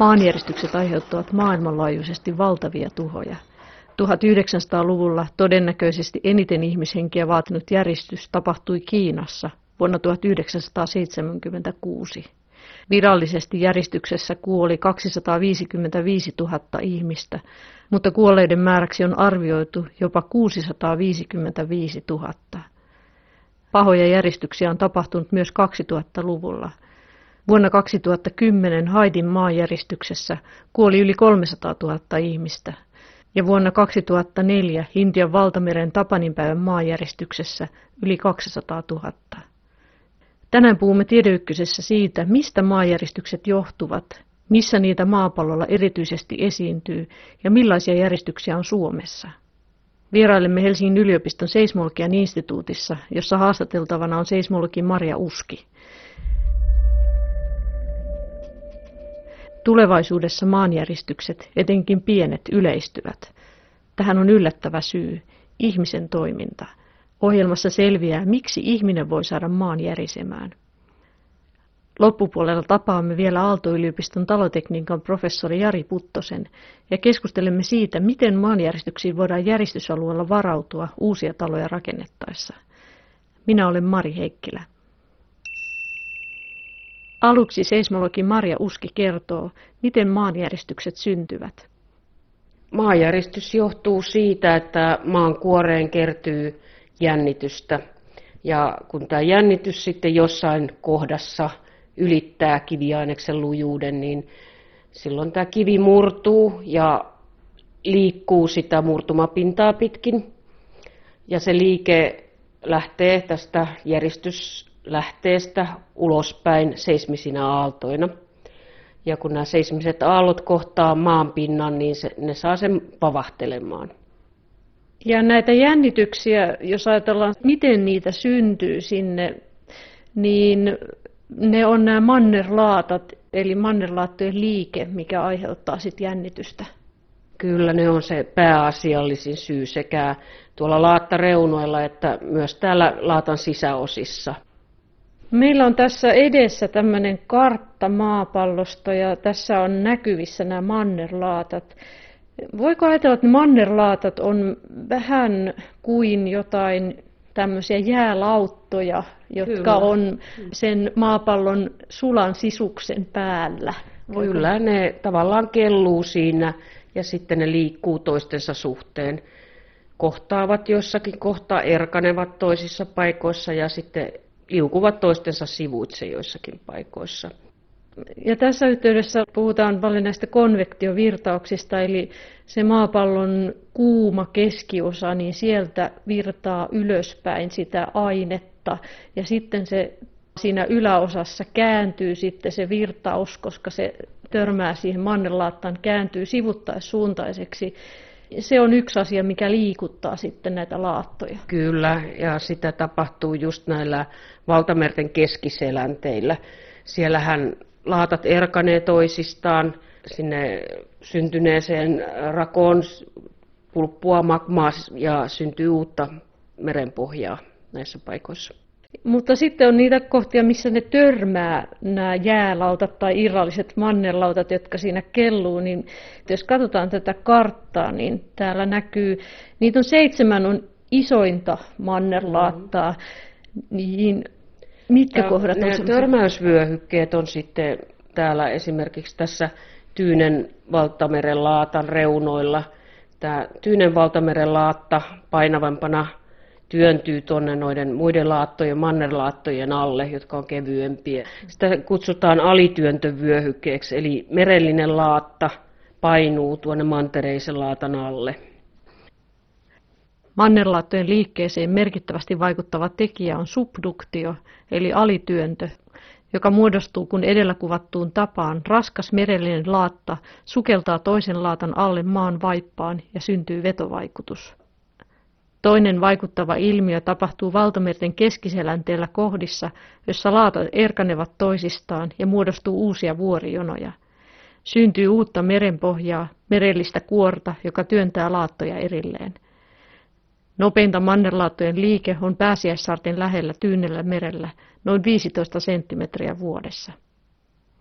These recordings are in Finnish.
Maanjäristykset aiheuttavat maailmanlaajuisesti valtavia tuhoja. 1900-luvulla todennäköisesti eniten ihmishenkiä vaatinut järistys tapahtui Kiinassa vuonna 1976. Virallisesti järjestyksessä kuoli 255 000 ihmistä, mutta kuolleiden määräksi on arvioitu jopa 655 000. Pahoja järjestyksiä on tapahtunut myös 2000-luvulla. Vuonna 2010 Haitin maanjäristyksessä kuoli yli 300 000 ihmistä ja vuonna 2004 Intian valtameren Tapaninpäivän maanjäristyksessä yli 200 000. Tänään puhumme Tiede Ykkösessä siitä, mistä maanjäristykset johtuvat, missä niitä maapallolla erityisesti esiintyy ja millaisia järjestyksiä on Suomessa. Vierailemme Helsingin yliopiston seismologian instituutissa, jossa haastateltavana on seismologi Marja Uski. Tulevaisuudessa maanjäristykset, etenkin pienet, yleistyvät. Tähän on yllättävä syy, ihmisen toiminta. Ohjelmassa selviää, miksi ihminen voi saada maan järisemään. Loppupuolella tapaamme vielä Aalto-yliopiston talotekniikan professori Jari Puttosen ja keskustelemme siitä, miten maanjäristyksiin voidaan järistysalueella varautua uusia taloja rakennettaessa. Minä olen Mari Heikkilä. Aluksi seismologi Marja Uski kertoo, miten maanjäristykset syntyvät. Maanjäristys johtuu siitä, että maan kuoreen kertyy jännitystä. Ja kun tämä jännitys sitten jossain kohdassa ylittää kiviaineksen lujuuden, niin silloin tämä kivi murtuu ja liikkuu sitä murtumapintaa pitkin. Ja se liike lähtee tästä järistyslähteestä ulospäin seismisinä aaltoina. Ja kun nämä seismiset aallot kohtaa maanpinnan, niin ne saa sen pavahtelemaan. Ja näitä jännityksiä, jos ajatellaan, miten niitä syntyy sinne, niin ne on nämä mannerlaatat, eli mannerlaattojen liike, mikä aiheuttaa sitten jännitystä. Kyllä, ne on se pääasiallisin syy sekä tuolla laattareunoilla että myös täällä laatan sisäosissa. Meillä on tässä edessä tämmöinen kartta maapallosta ja tässä on näkyvissä nämä mannerlaatat. Voiko ajatella, että mannerlaatat on vähän kuin jotain tämmöisiä jäälauttoja, jotka on sen maapallon sulan sisuksen päällä? Kyllä, ne tavallaan kelluu siinä ja sitten ne liikkuu toistensa suhteen. Kohtaavat jossakin kohtaa, erkanevat toisissa paikoissa ja sitten liukuvat toistensa sivuitse joissakin paikoissa. Ja tässä yhteydessä puhutaan paljon näistä konvektiovirtauksista, eli se maapallon kuuma keskiosa, niin sieltä virtaa ylöspäin sitä ainetta ja sitten se siinä yläosassa kääntyy sitten se virtaus, koska se törmää siihen mannerlaattaan, kääntyy sivuttaissuuntaiseksi. Se on yksi asia, mikä liikuttaa sitten näitä laattoja. Kyllä, ja sitä tapahtuu just näillä valtamerten keskiselänteillä. Siellähän laatat erkanee toisistaan, sinne syntyneeseen rakoon pulppua magmaa ja syntyy uutta merenpohjaa näissä paikoissa. Mutta sitten on niitä kohtia, missä ne törmää, nämä jäälautat tai irralliset mannerlautat, jotka siinä kelluu. Niin jos katsotaan tätä karttaa, niin täällä näkyy, niitä on 7 on isointa mannerlaattaa. Niin mitkä kohdat on sellaisia? Törmäysvyöhykkeet on sitten täällä esimerkiksi tässä Tyynen valtameren laatan reunoilla. Tämä Tyynen valtameren laatta painavampana työntyy tuonne noiden muiden laattojen, mannerlaattojen alle, jotka on kevyempiä. Sitä kutsutaan alityöntövyöhykkeeksi, eli merellinen laatta painuu tuonne mantereisen laatan alle. Mannerlaattojen liikkeeseen merkittävästi vaikuttava tekijä on subduktio, eli alityöntö, joka muodostuu, kun edellä kuvattuun tapaan raskas merellinen laatta sukeltaa toisen laatan alle maan vaippaan ja syntyy vetovaikutus. Toinen vaikuttava ilmiö tapahtuu valtamerten keskiselänteellä kohdissa, jossa laatat erkanevat toisistaan ja muodostuu uusia vuorijonoja. Syntyy uutta merenpohjaa, merellistä kuorta, joka työntää laattoja erilleen. Nopeinta mannerlaattojen liike on Pääsiäissaarten lähellä Tyynellä merellä, noin 15 senttimetriä vuodessa.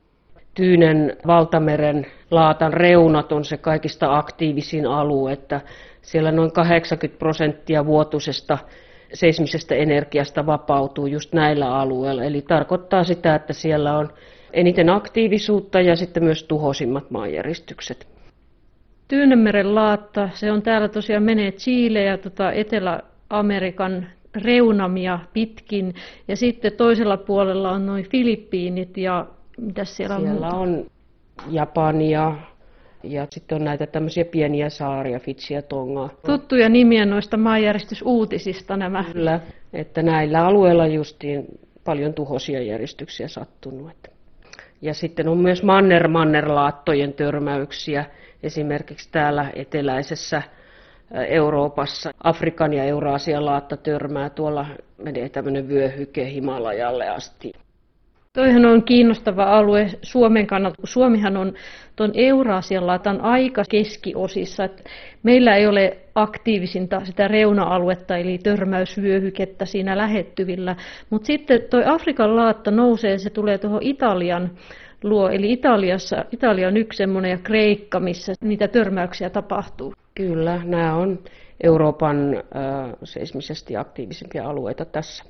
Tyynen valtameren laatan reunat on se kaikista aktiivisin alue, että siellä noin 80% vuotuisesta seismisestä energiasta vapautuu just näillä alueilla. Eli tarkoittaa sitä, että siellä on eniten aktiivisuutta ja sitten myös tuhoisimmat maanjäristykset. Tyynenmeren laatta, se on täällä tosiaan menee Chile ja Etelä-Amerikan reunamia pitkin. Ja sitten toisella puolella on noin Filippiinit ja mitäs siellä on? Siellä on Japania ja sitten on näitä tämmöisiä pieniä saaria, Fidji ja Tonga. Tuttuja nimiä noista maanjäristysuutisista nämä. Kyllä, että näillä alueilla justiin paljon tuhoisia järjestyksiä sattunut. Ja sitten on myös mannerlaattojen törmäyksiä, esimerkiksi täällä eteläisessä Euroopassa. Afrikan ja Euraasian laatta törmää, tuolla menee tämmöinen vyöhyke Himalajalle asti. Toihan on kiinnostava alue Suomen kannalta. Suomihan on tuon Euraasian laatan aika keskiosissa. Että meillä ei ole aktiivisinta sitä reuna-aluetta eli törmäysvyöhykettä siinä lähettyvillä. Mutta sitten tuo Afrikan laatta nousee, se tulee tuohon Italian luo. Eli Italia on yksi semmoinen ja Kreikka, missä niitä törmäyksiä tapahtuu. Kyllä, nämä on Euroopan seismisesti aktiivisimpia alueita tässä.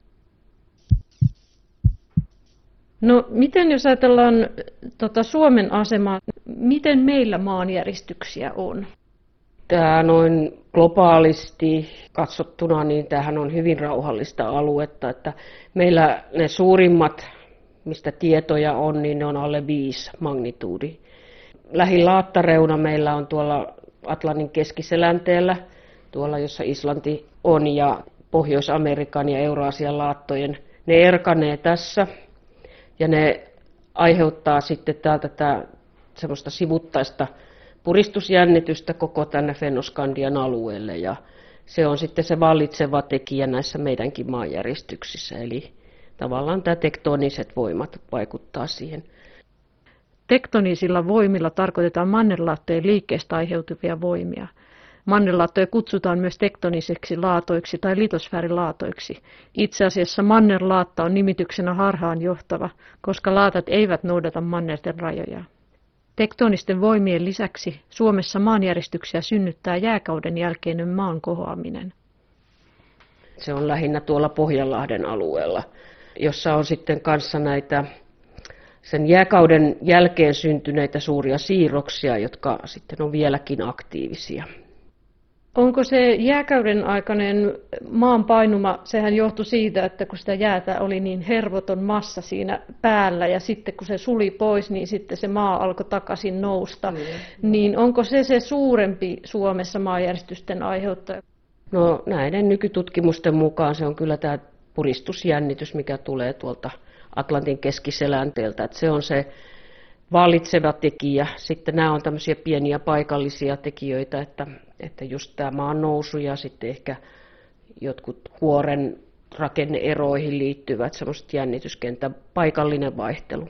No miten jos ajatellaan Suomen asemaa, miten meillä maanjäristyksiä on? Tämä noin globaalisti katsottuna, niin tämähän on hyvin rauhallista aluetta, että meillä ne suurimmat, mistä tietoja on, niin ne on alle 5 magnituudi. Lähin laattareuna meillä on tuolla Atlantin keskiselänteellä, tuolla jossa Islanti on, ja Pohjois-Amerikan ja Euraasian laattojen, ne erkanee tässä. Ja ne aiheuttaa sitten täältä semmoista sivuttaista puristusjännitystä koko tänne Fennoskandian alueelle. Ja se on sitten se vallitseva tekijä näissä meidänkin maanjäristyksissä. Eli tavallaan tämä tektoniset voimat vaikuttaa siihen. Tektonisilla voimilla tarkoitetaan mannerlaattojen liikkeestä aiheutuvia voimia. Mannerlaattoja kutsutaan myös tektoniseksi laatoiksi tai litosfäärilaatoiksi. Itse asiassa mannerlaatta on nimityksenä harhaan johtava, koska laatat eivät noudata mannerten rajoja. Tektonisten voimien lisäksi Suomessa maanjäristyksiä synnyttää jääkauden jälkeinen maan kohoaminen. Se on lähinnä tuolla Pohjanlahden alueella, jossa on sitten kanssa näitä sen jääkauden jälkeen syntyneitä suuria siirroksia, jotka sitten on vieläkin aktiivisia. Onko se jääkauden aikainen maan painuma, sehän johtui siitä, että kun sitä jäätä oli niin hervoton massa siinä päällä ja sitten kun se suli pois, niin sitten se maa alkoi takaisin nousta. Niin onko se suurempi Suomessa maanjäristysten aiheuttaja? No näiden nykytutkimusten mukaan se on kyllä tämä puristusjännitys, mikä tulee tuolta Atlantin keskiselänteeltä, että se on se vallitseva tekijä. Sitten nämä on tämmöisiä pieniä paikallisia tekijöitä, että just tämä maan nousu ja sitten ehkä jotkut kuoren rakenneeroihin liittyvät semmoiset jännityskentän paikallinen vaihtelu.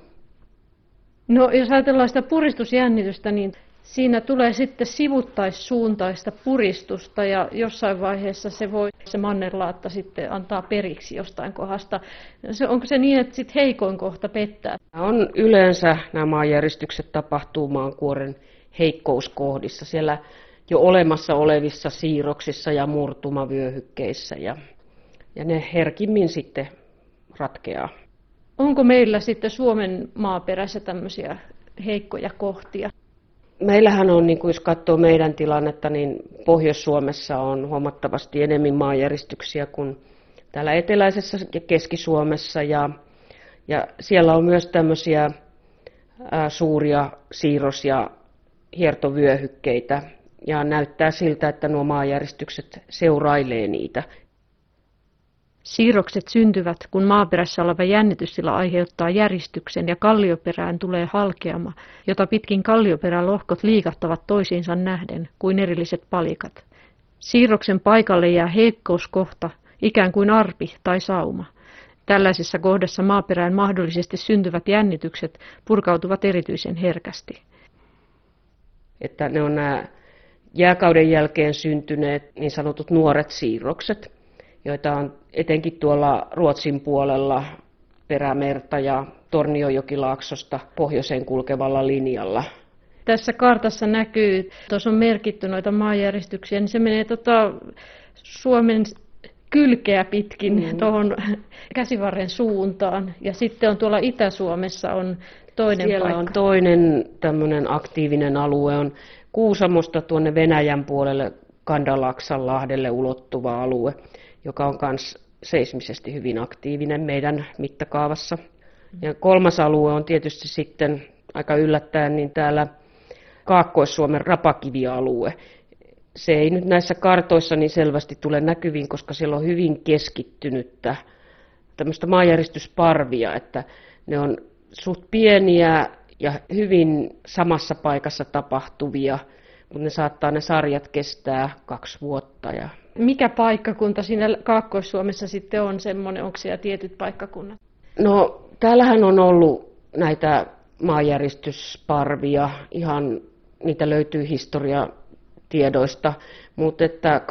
No jos ajatellaan sitä puristusjännitystä, niin siinä tulee sitten sivuttaissuuntaista puristusta ja jossain vaiheessa se mannerlaatta sitten antaa periksi jostain kohdasta. Onko se niin, että sitten heikoin kohta pettää? On yleensä nämä maanjäristykset tapahtuu maankuoren heikkouskohdissa, siellä jo olemassa olevissa siirroksissa ja murtumavyöhykkeissä ja ne herkimmin sitten ratkeaa. Onko meillä sitten Suomen maaperässä tämmöisiä heikkoja kohtia? Meillähän on, niin kuin jos katsoo meidän tilannetta, niin Pohjois-Suomessa on huomattavasti enemmän maanjäristyksiä kuin täällä eteläisessä ja Keski-Suomessa. Ja siellä on myös tämmöisiä suuria siirros- ja hiertovyöhykkeitä. Ja näyttää siltä, että nuo maanjäristykset seurailee niitä. Siirrokset syntyvät, kun maaperässä oleva jännitystila aiheuttaa järistyksen ja kallioperään tulee halkeama, jota pitkin kallioperälohkot liikahtavat toisiinsa nähden kuin erilliset palikat. Siirroksen paikalle jää heikkouskohta, ikään kuin arpi tai sauma. Tällaisessa kohdassa maaperään mahdollisesti syntyvät jännitykset purkautuvat erityisen herkästi. Että ne on nämä jääkauden jälkeen syntyneet niin sanotut nuoret siirrokset, joita on etenkin tuolla Ruotsin puolella Perämerta ja Tornionjokilaaksosta pohjoiseen kulkevalla linjalla. Tässä kartassa näkyy, tuossa on merkitty noita maanjäristyksiä, niin se menee Suomen kylkeä pitkin tuohon Käsivarren suuntaan. Ja sitten on tuolla Itä-Suomessa on toinen Siellä paikka. on toinen tämmöinen aktiivinen alue, on Kuusamosta tuonne Venäjän puolelle Kandalaksanlahdelle ulottuva alue, joka on myös seismisesti hyvin aktiivinen meidän mittakaavassa. Ja kolmas alue on tietysti sitten aika yllättäen niin täällä Kaakkois-Suomen rapakivialue. Se ei nyt näissä kartoissa niin selvästi tule näkyviin, koska siellä on hyvin keskittynyttä tämmöistä maanjäristysparvia, että ne on suht pieniä ja hyvin samassa paikassa tapahtuvia, mutta ne saattaa ne sarjat kestää 2 vuotta. Mikä paikkakunta siinä Kaakkois-Suomessa sitten on semmoinen, onko siellä tietyt paikkakunnat? No, täällähän on ollut näitä maanjäristysparvia, ihan niitä löytyy historiatiedoista, mutta että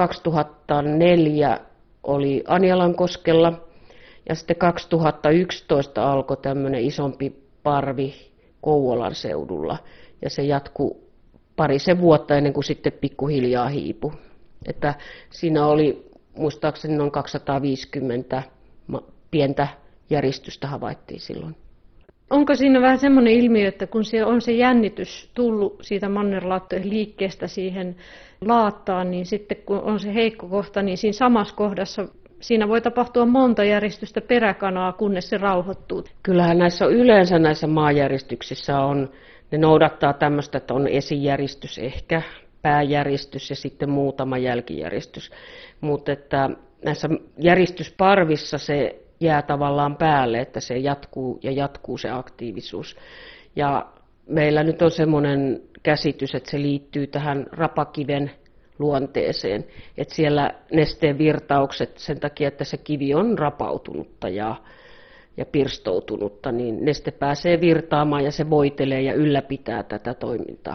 2004 oli Anjalankoskella ja sitten 2011 alkoi tämmöinen isompi parvi Kouvolan seudulla ja se jatkui parisen vuotta ennen kuin sitten pikkuhiljaa hiipui. Että siinä oli muistaakseni noin 250 pientä järjestystä havaittiin silloin. Onko siinä vähän semmoinen ilmiö, että kun siellä on se jännitys tullut siitä mannerlaattojen liikkeestä siihen laattaan, niin sitten kun on se heikko kohta, niin siinä samassa kohdassa siinä voi tapahtua monta järjestystä peräkanaa, kunnes se rauhoittuu. Kyllähän näissä yleensä näissä maanjäristyksissä ne noudattaa tämmöistä, että on esijäristys ehkä, pääjäristys ja sitten muutama jälkijäristys. Mutta että näissä järjestysparvissa se jää tavallaan päälle, että se jatkuu se aktiivisuus. Ja meillä nyt on semmoinen käsitys, että se liittyy tähän rapakiven luonteeseen, että siellä nesteen virtaukset sen takia, että se kivi on rapautunutta ja pirstoutunutta, niin neste pääsee virtaamaan ja se voitelee ja ylläpitää tätä toimintaa.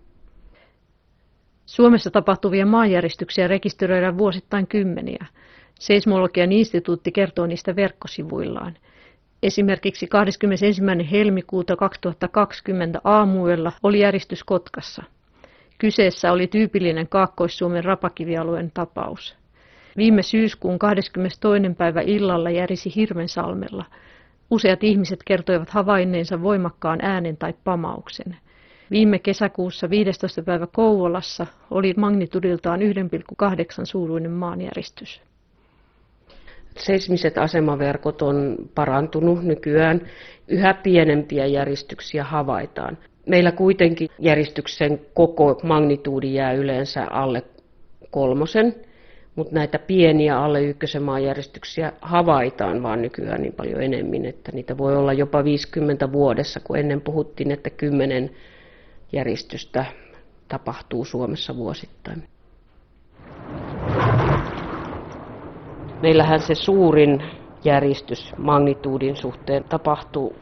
Suomessa tapahtuvia maanjäristyksiä rekisteröidään vuosittain kymmeniä. Seismologian instituutti kertoo niistä verkkosivuillaan. Esimerkiksi 21. helmikuuta 2020 aamuyöllä oli järistys Kotkassa. Kyseessä oli tyypillinen Kaakkois-Suomen rapakivialueen tapaus. Viime syyskuun 22. päivä illalla järisi Hirvensalmella. Useat ihmiset kertoivat havainneensa voimakkaan äänen tai pamauksen. Viime kesäkuussa 15. päivä Kouvolassa oli magnitudiltaan 1,8 suuruinen maanjäristys. Seismiset asemaverkot on parantunut nykyään. Yhä pienempiä järistyksiä havaitaan. Meillä kuitenkin järistyksen koko magnituudi jää yleensä alle 3, mutta näitä pieniä alle 1 maanjäristyksiä havaitaan vaan nykyään niin paljon enemmän, että niitä voi olla jopa 50 vuodessa, kun ennen puhuttiin, että 10 järistystä tapahtuu Suomessa vuosittain. Meillähän se suurin järistys magnituudin suhteen tapahtuu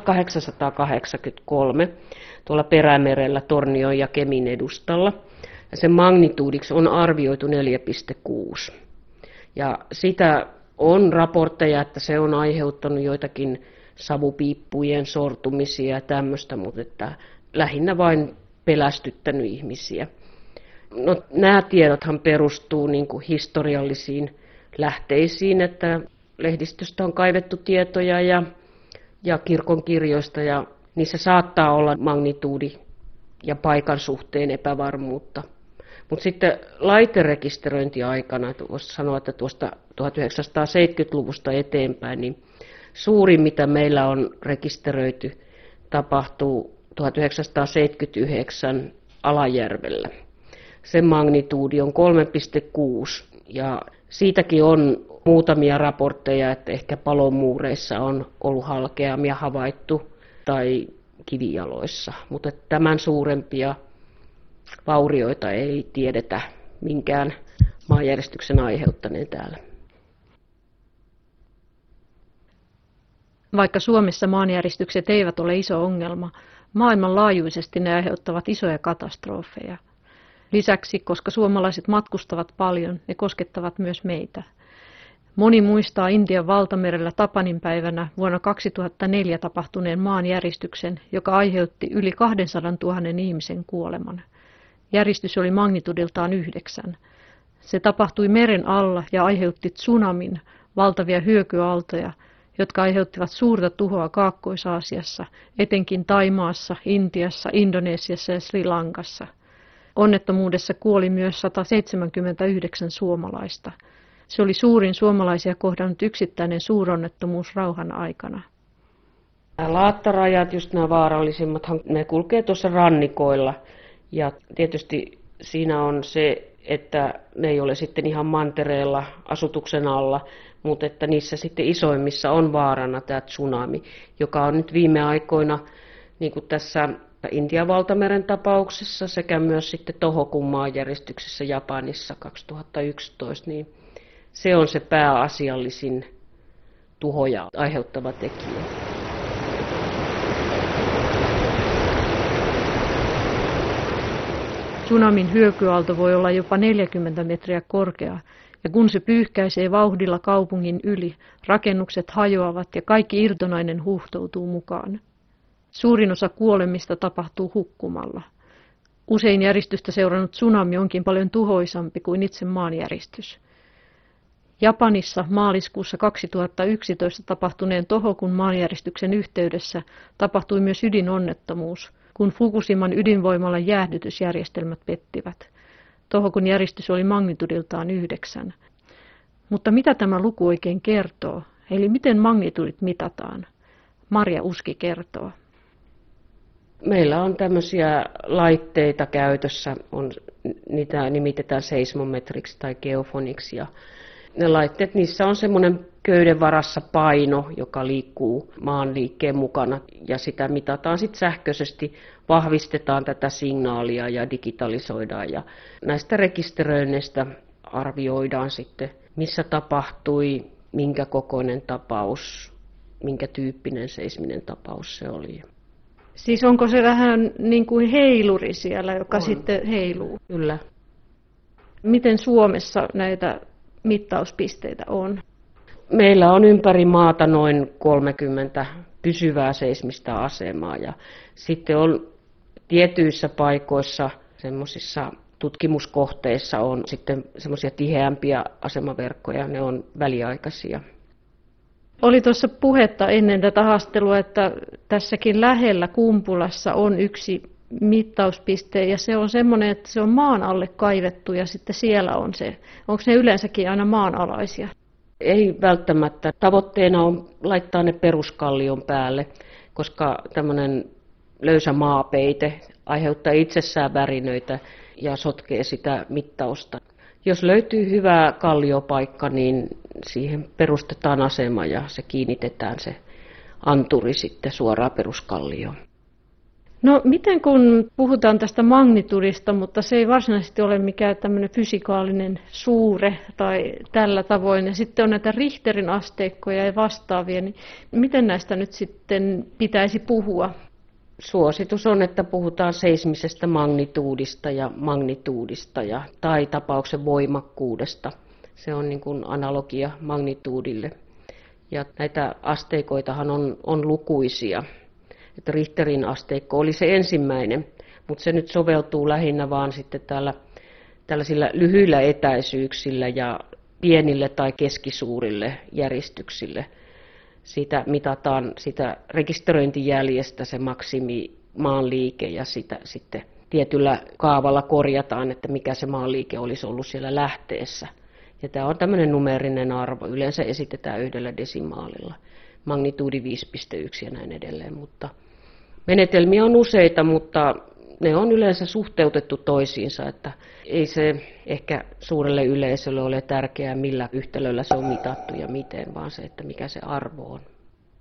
1883 tuolla Perämerellä Tornion ja Kemin edustalla. Ja sen magnituudiksi on arvioitu 4,6. Ja sitä on raportteja, että se on aiheuttanut joitakin savupiippujen sortumisia ja tämmöistä, mutta että lähinnä vain pelästyttänyt ihmisiä. No, nämä tiedothan perustuu niin kuin historiallisiin lähteisiin, että lehdistöstä on kaivettu tietoja ja kirkon kirjoista ja niissä saattaa olla magnituudi ja paikan suhteen epävarmuutta. Mutta sitten laiterekisteröintiaikana, voisi sanoa, että tuosta 1970-luvusta eteenpäin, niin suurin mitä meillä on rekisteröity tapahtuu 1979 Alajärvellä. Sen magnituudi on 3,6 ja siitäkin on muutamia raportteja, että ehkä palomuureissa on ollut halkeamia havaittu tai kivijaloissa, mutta tämän suurempia vaurioita ei tiedetä minkään maanjäristyksen aiheuttaneen täällä. Vaikka Suomessa maanjäristykset eivät ole iso ongelma, maailmanlaajuisesti ne aiheuttavat isoja katastrofeja. Lisäksi, koska suomalaiset matkustavat paljon, ne koskettavat myös meitä. Moni muistaa Intian valtamerellä Tapanin päivänä vuonna 2004 tapahtuneen maanjäristyksen, joka aiheutti yli 200 000 ihmisen kuoleman. Järistys oli magnitudiltaan 9. Se tapahtui meren alla ja aiheutti tsunamin, valtavia hyökyaaltoja, jotka aiheuttivat suurta tuhoa Kaakkois-Aasiassa, etenkin Thaimaassa, Intiassa, Indonesiassa ja Sri Lankassa. Onnettomuudessa kuoli myös 179 suomalaista. Se oli suurin suomalaisia kohdannut yksittäinen suuronnettomuus rauhan aikana. Laattarajat, just nämä vaarallisimmat, ne kulkee tuossa rannikoilla. Ja tietysti siinä on se, että ne ei ole sitten ihan mantereella asutuksen alla, mutta että niissä sitten isoimmissa on vaarana tämä tsunami, joka on nyt viime aikoina, niin kuin tässä Intian valtameren tapauksessa sekä myös sitten Tohokun maanjäristyksessä Japanissa 2011, niin se on se pääasiallisin tuhoja aiheuttava tekijä. Tsunamin hyökyaalto voi olla jopa 40 metriä korkea, ja kun se pyyhkäisee vauhdilla kaupungin yli, rakennukset hajoavat ja kaikki irtonainen huuhtoutuu mukaan. Suurin osa kuolemista tapahtuu hukkumalla. Usein järistystä seurannut tsunami onkin paljon tuhoisampi kuin itse maanjäristys. Japanissa maaliskuussa 2011 tapahtuneen Tohokun maanjäristyksen yhteydessä tapahtui myös ydinonnettomuus, kun Fukushiman ydinvoimalan jäähdytysjärjestelmät pettivät. Tohokun järistys oli magnitudiltaan 9. Mutta mitä tämä luku oikein kertoo? Eli miten magnitudit mitataan? Marja Uski kertoo. Meillä on tämmöisiä laitteita käytössä, niitä nimitetään seismometriksi tai geofoniksi. Ja ne laitteet, niissä on semmoinen köyden varassa paino, joka liikkuu maan liikkeen mukana, ja sitä mitataan sitten sähköisesti, vahvistetaan tätä signaalia ja digitalisoidaan. Ja näistä rekisteröinneistä arvioidaan sitten, missä tapahtui, minkä kokoinen tapaus, minkä tyyppinen seisminen tapaus se oli. Siis onko se vähän niin kuin heiluri siellä, joka on. Sitten heiluu? Kyllä. Miten Suomessa näitä mittauspisteitä on? Meillä on ympäri maata noin 30 pysyvää seismistä asemaa ja sitten on tietyissä paikoissa, semmoisissa tutkimuskohteissa on sitten semmoisia tiheämpiä asemaverkkoja, ne on väliaikaisia. Oli tuossa puhetta ennen tätä haastattelua, että tässäkin lähellä Kumpulassa on yksi mittauspiste ja se on semmoinen, että se on maan alle kaivettu ja sitten siellä on se. Onko ne yleensäkin aina maanalaisia? Ei välttämättä. Tavoitteena on laittaa ne peruskallion päälle, koska tämmöinen löysä maapeite aiheuttaa itsessään värinöitä ja sotkee sitä mittausta. Jos löytyy hyvä kalliopaikka, niin siihen perustetaan asema ja se kiinnitetään se anturi sitten suoraan peruskallioon. No miten kun puhutaan tästä magnitudista, mutta se ei varsinaisesti ole mikään tämmöinen fysikaalinen suure tai tällä tavoin, ja sitten on näitä Richterin asteikkoja ja vastaavia, niin miten näistä nyt sitten pitäisi puhua? Suositus on, että puhutaan seismisestä magnituudista tai tapauksen voimakkuudesta. Se on niin kuin analogia magnituudille. Ja näitä asteikoitahan on lukuisia. Että Richterin asteikko oli se ensimmäinen, mutta se nyt soveltuu lähinnä vaan sitten tällaisilla lyhyillä etäisyyksillä ja pienille tai keskisuurille järistyksille. Siitä mitataan sitä rekisteröintijäljestä se maksimi maanliike ja sitä sitten tietyllä kaavalla korjataan, että mikä se maanliike olisi ollut siellä lähteessä. Ja tämä on tämmöinen numeerinen arvo, yleensä esitetään 1 desimaalilla, magnituudi 5,1 ja näin edelleen, mutta menetelmiä on useita, mutta ne on yleensä suhteutettu toisiinsa, että ei se ehkä suurelle yleisölle ole tärkeää, millä yhtälöllä se on mitattu ja miten, vaan se, että mikä se arvo on.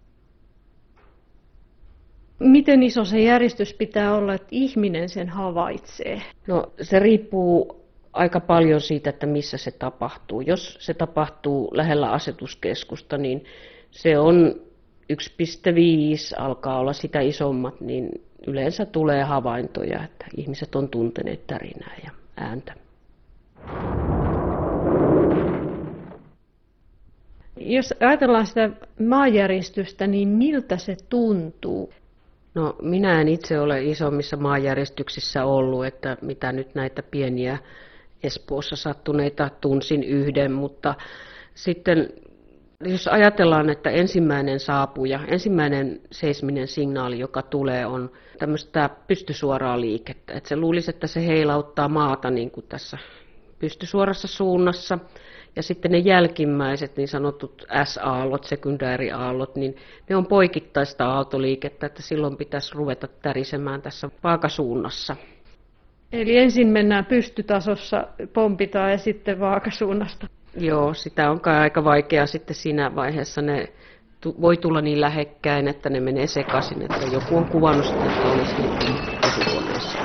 Miten iso se järjestys pitää olla, että ihminen sen havaitsee? No se riippuu aika paljon siitä, että missä se tapahtuu. Jos se tapahtuu lähellä asetuskeskusta, niin se on 1,5 alkaa olla sitä isommat, niin yleensä tulee havaintoja, että ihmiset on tunteneet tärinää ja ääntä. Jos ajatellaan sitä maanjäristystä, niin miltä se tuntuu? No, minä en itse ole isommissa maanjäristyksissä ollut, että mitä nyt näitä pieniä Espoossa sattuneita tunsin yhden, mutta sitten jos ajatellaan, että ensimmäinen saapuja, ensimmäinen seisminen signaali, joka tulee, on tämmöistä pystysuoraa liikettä. Että se luulisi, että se heilauttaa maata niin kuin tässä pystysuorassa suunnassa. Ja sitten ne jälkimmäiset niin sanotut S-aallot, sekundääriaallot, niin ne on poikittaista aaltoliikettä, että silloin pitäisi ruveta tärisemään tässä vaakasuunnassa. Eli ensin mennään pystytasossa, pompitaan ja sitten vaakasuunnasta. Joo, sitä on kai aika vaikea sitten siinä vaiheessa. Ne voi tulla niin lähekkäin, että ne menee sekaisin, että joku on kuvannut sitä, että olisi pesukoneessa.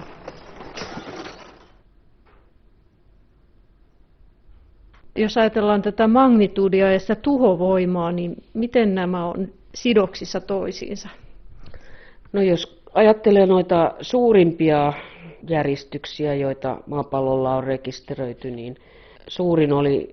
Jos ajatellaan tätä magnituudia ja sitä tuhovoimaa, niin miten nämä on sidoksissa toisiinsa? No jos ajattelee noita suurimpia järistyksiä, joita maapallolla on rekisteröity, niin suurin oli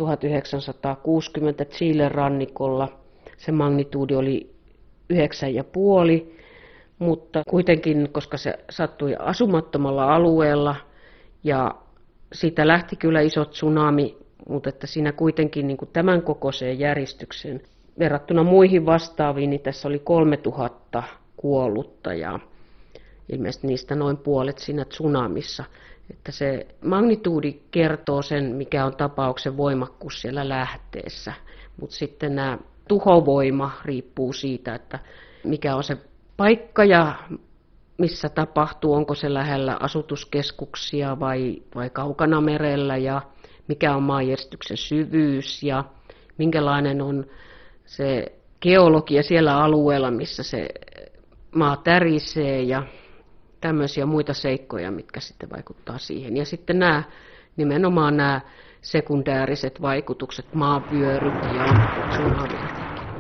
1960 Chilen rannikolla. Se magnituudi oli 9,5, mutta kuitenkin, koska se sattui asumattomalla alueella ja siitä lähti kyllä iso tsunami, mutta että siinä kuitenkin niin kuin tämän kokoiseen järjestykseen verrattuna muihin vastaaviin, niin tässä oli 3000 kuollutta ja ilmeisesti niistä noin puolet siinä tsunamissa. Että se magnituudi kertoo sen, mikä on tapauksen voimakkuus siellä lähteessä, mutta sitten nämä tuhovoima riippuu siitä, että mikä on se paikka ja missä tapahtuu, onko se lähellä asutuskeskuksia vai kaukana merellä ja mikä on maanjäristyksen syvyys ja minkälainen on se geologia siellä alueella, missä se maa tärisee ja tämmöisiä muita seikkoja, mitkä sitten vaikuttaa siihen. Ja sitten nimenomaan nämä sekundääriset vaikutukset, maavyöryt ja tsunamit.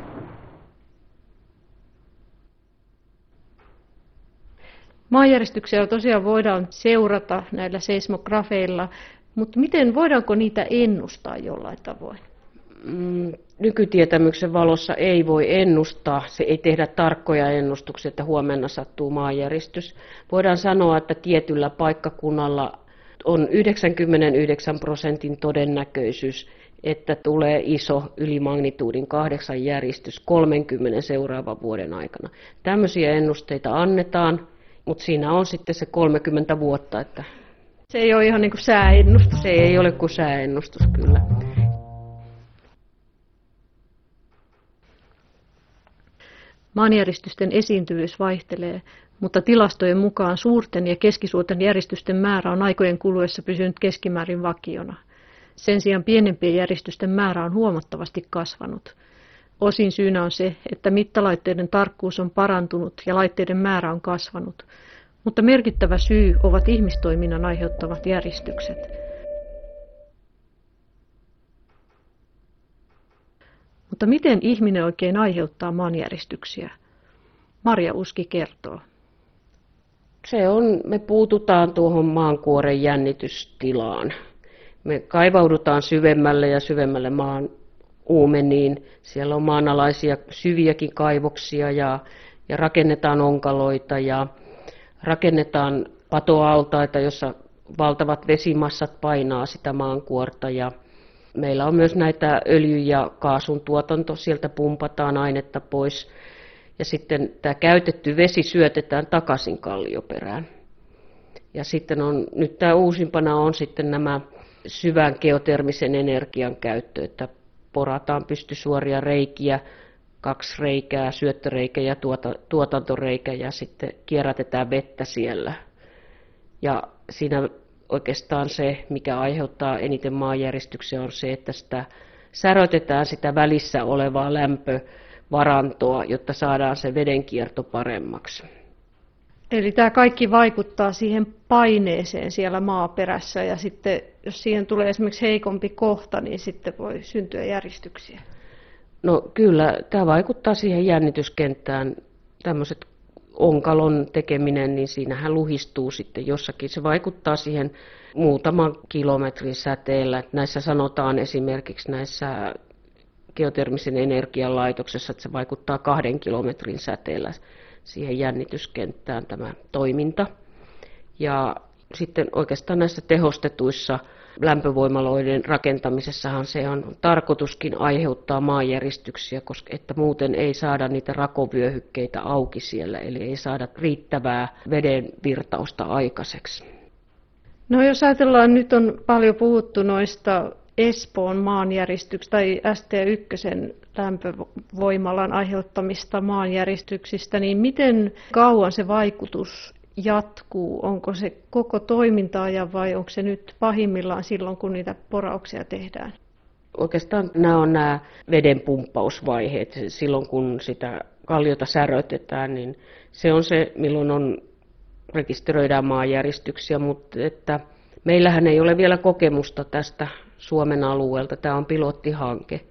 Maanjäristyksiä tosiaan voidaan seurata näillä seismografeilla, mutta voidaanko niitä ennustaa jollain tavoin? Nykytietämyksen valossa ei voi ennustaa, se ei tehdä tarkkoja ennustuksia, että huomenna sattuu maanjäristys. Voidaan sanoa, että tietyllä paikkakunnalla on 99% todennäköisyys, että tulee iso yli magnituudin 8 järistys 30 seuraavan vuoden aikana. Tämmöisiä ennusteita annetaan, mutta siinä on sitten se 30 vuotta. Että se ei ole ihan niin kuin sääennustus. Se ei ole kuin sääennustus, kyllä. Maanjäristysten esiintyvyys vaihtelee, mutta tilastojen mukaan suurten ja keskisuurten järistysten määrä on aikojen kuluessa pysynyt keskimäärin vakiona. Sen sijaan pienempien järistysten määrä on huomattavasti kasvanut. Osin syynä on se, että mittalaitteiden tarkkuus on parantunut ja laitteiden määrä on kasvanut, mutta merkittävä syy ovat ihmistoiminnan aiheuttamat järistykset. Mutta miten ihminen oikein aiheuttaa maanjäristyksiä? Marja Uski kertoo. Me puututaan tuohon maankuoren jännitystilaan. Me kaivaudutaan syvemmälle ja syvemmälle maan uumeniin. Siellä on maanalaisia syviäkin kaivoksia ja rakennetaan onkaloita ja rakennetaan patoaltaita, jossa valtavat vesimassat painaa sitä maankuorta ja meillä on myös näitä öljy- ja kaasun tuotanto, sieltä pumpataan ainetta pois ja sitten tämä käytetty vesi syötetään takaisin kallioperään. Ja sitten nyt tämä uusimpana on sitten nämä syvän geotermisen energian käyttö, että porataan pystysuoria reikiä, 2 reikää, syöttöreikä ja tuotantoreikä ja sitten kierrätetään vettä siellä. Ja siinä oikeastaan se, mikä aiheuttaa eniten maanjäristyksiä, on se, että sitä särötetään sitä välissä olevaa lämpövarantoa, jotta saadaan se vedenkierto paremmaksi. Eli tämä kaikki vaikuttaa siihen paineeseen siellä maaperässä ja sitten jos siihen tulee esimerkiksi heikompi kohta, niin sitten voi syntyä järistyksiä. No kyllä, tämä vaikuttaa siihen jännityskenttään. Tämmöiset onkalon tekeminen, niin siinähän luhistuu sitten jossakin. Se vaikuttaa siihen muutaman kilometrin säteellä. Näissä sanotaan esimerkiksi näissä geotermisen energian laitoksessa, että se vaikuttaa 2 kilometrin säteellä siihen jännityskenttään tämä toiminta. Ja sitten oikeastaan näissä tehostetuissa lämpövoimaloiden rakentamisessahan se on tarkoituskin aiheuttaa maanjäristyksiä, koska että muuten ei saada niitä rakovyöhykkeitä auki siellä, eli ei saada riittävää veden virtausta aikaiseksi. No jos ajatellaan, nyt on paljon puhuttu noista Espoon maanjäristyksistä tai ST1 lämpövoimalan aiheuttamista maanjäristyksistä, niin miten kauan se vaikutus jatkuu? Onko se koko toiminta-ajan vai onko se nyt pahimmillaan silloin, kun niitä porauksia tehdään? Oikeastaan nämä on nämä veden pumppausvaiheet. Silloin kun sitä kalliota säröitetään, niin se on se, milloin rekisteröidään maanjäristyksiä, mutta että meillähän ei ole vielä kokemusta tästä Suomen alueelta. Tämä on pilottihanke.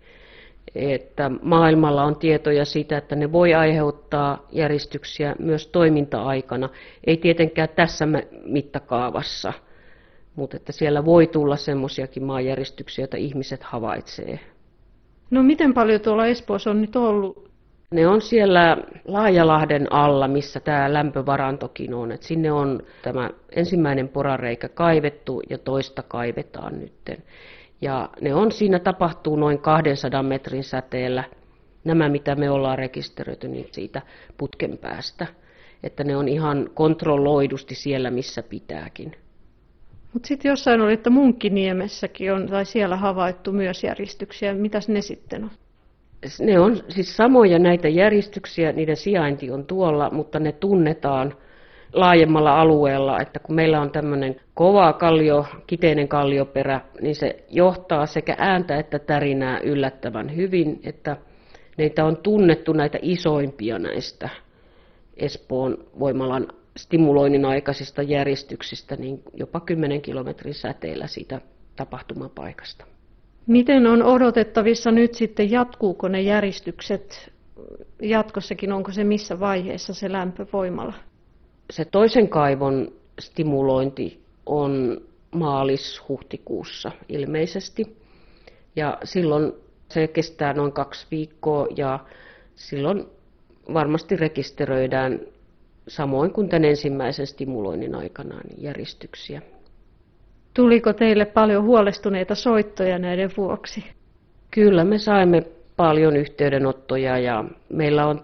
Että maailmalla on tietoja siitä, että ne voi aiheuttaa järistyksiä myös toiminta-aikana. Ei tietenkään tässä mittakaavassa, mutta että siellä voi tulla semmoisiakin maanjäristyksiä, joita ihmiset havaitsee. No miten paljon tuolla Espoossa on nyt ollut? Ne on siellä Laajalahden alla, missä tämä lämpövarantokin on. Et sinne on tämä ensimmäinen porareikä kaivettu ja toista kaivetaan nytten. Ja siinä tapahtuu noin 200 metrin säteellä, nämä mitä me ollaan rekisteröity niin siitä putken päästä. Että ne on ihan kontrolloidusti siellä, missä pitääkin. Mutta sitten jossain oli, että Munkkiniemessäkin on, tai siellä havaittu myös järistyksiä. Mitäs ne sitten on? Ne on siis samoja näitä järistyksiä, niiden sijainti on tuolla, mutta ne tunnetaan laajemmalla alueella, että kun meillä on tämmöinen kova kiteinen kallioperä, niin se johtaa sekä ääntä että tärinää yllättävän hyvin, että neitä on tunnettu näitä isoimpia näistä Espoon voimalan stimuloinnin aikaisista järistyksistä niin jopa 10 kilometrin säteellä siitä tapahtumapaikasta. Miten on odotettavissa nyt sitten, jatkuuko ne järistykset jatkossakin, onko se missä vaiheessa se lämpövoimala? Se toisen kaivon stimulointi on maalis-huhtikuussa ilmeisesti. Ja silloin se kestää noin 2 viikkoa ja silloin varmasti rekisteröidään samoin kuin tämän ensimmäisen stimuloinnin aikana niin järistyksiä. Tuliko teille paljon huolestuneita soittoja näiden vuoksi? Kyllä me saimme paljon yhteydenottoja ja meillä on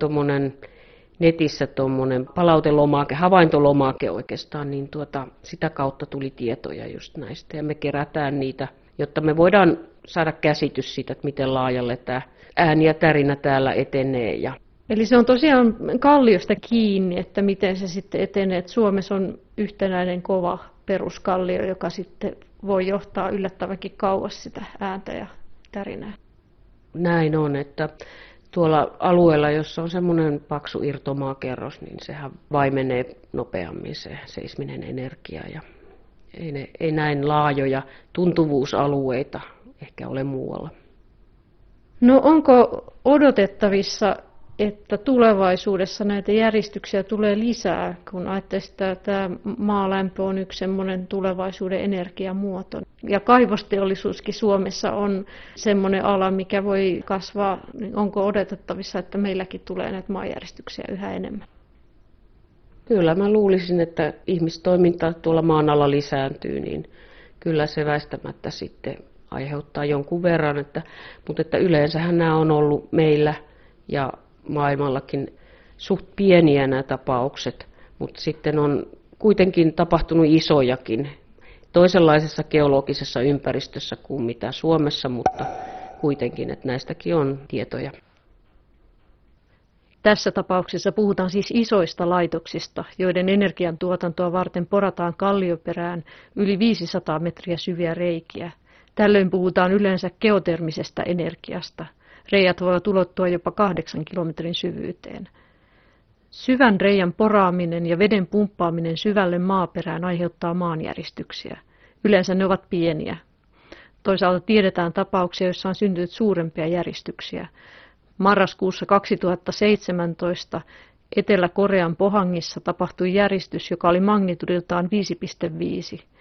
netissä tuommoinen palautelomake, havaintolomake oikeastaan, niin sitä kautta tuli tietoja just näistä ja me kerätään niitä, jotta me voidaan saada käsitys siitä, että miten laajalle tämä ääni ja tärinä täällä etenee. Eli se on tosiaan kalliosta kiinni, että miten se sitten etenee, että Suomessa on yhtenäinen kova peruskallio, joka sitten voi johtaa yllättävänkin kauas sitä ääntä ja tärinää. Näin on, että tuolla alueella, jossa on semmoinen paksu irtomaakerros, niin sehän vaimenee nopeammin se seisminen energia. Ja ei näin laajoja tuntuvuusalueita ehkä ole muualla. No onko odotettavissa, että tulevaisuudessa näitä järistyksiä tulee lisää, kun ajattelee, että tämä maalämpö on yksi semmoinen tulevaisuuden energiamuoto. Ja kaivosteollisuuskin Suomessa on semmoinen ala, mikä voi kasvaa. Onko odotettavissa, että meilläkin tulee näitä maanjäristyksiä yhä enemmän? Kyllä mä luulisin, että ihmistoiminta tuolla maan alla lisääntyy, niin kyllä se väistämättä sitten aiheuttaa jonkun verran. Mutta että yleensähän nämä on ollut meillä ja maailmallakin suht pieniä nämä tapaukset, mutta sitten on kuitenkin tapahtunut isojakin toisenlaisessa geologisessa ympäristössä kuin mitä Suomessa, mutta kuitenkin, että näistäkin on tietoja. Tässä tapauksessa puhutaan siis isoista laitoksista, joiden energiantuotantoa varten porataan kallioperään yli 500 metriä syviä reikiä. Tällöin puhutaan yleensä geotermisestä energiasta. Reiät voivat ulottua jopa 8 kilometrin syvyyteen. Syvän reiän poraaminen ja veden pumppaaminen syvälle maaperään aiheuttaa maanjäristyksiä. Yleensä ne ovat pieniä. Toisaalta tiedetään tapauksia, joissa on syntynyt suurempia järistyksiä. Marraskuussa 2017 Etelä-Korean Pohangissa tapahtui järistys, joka oli magnitudiltaan 5,5.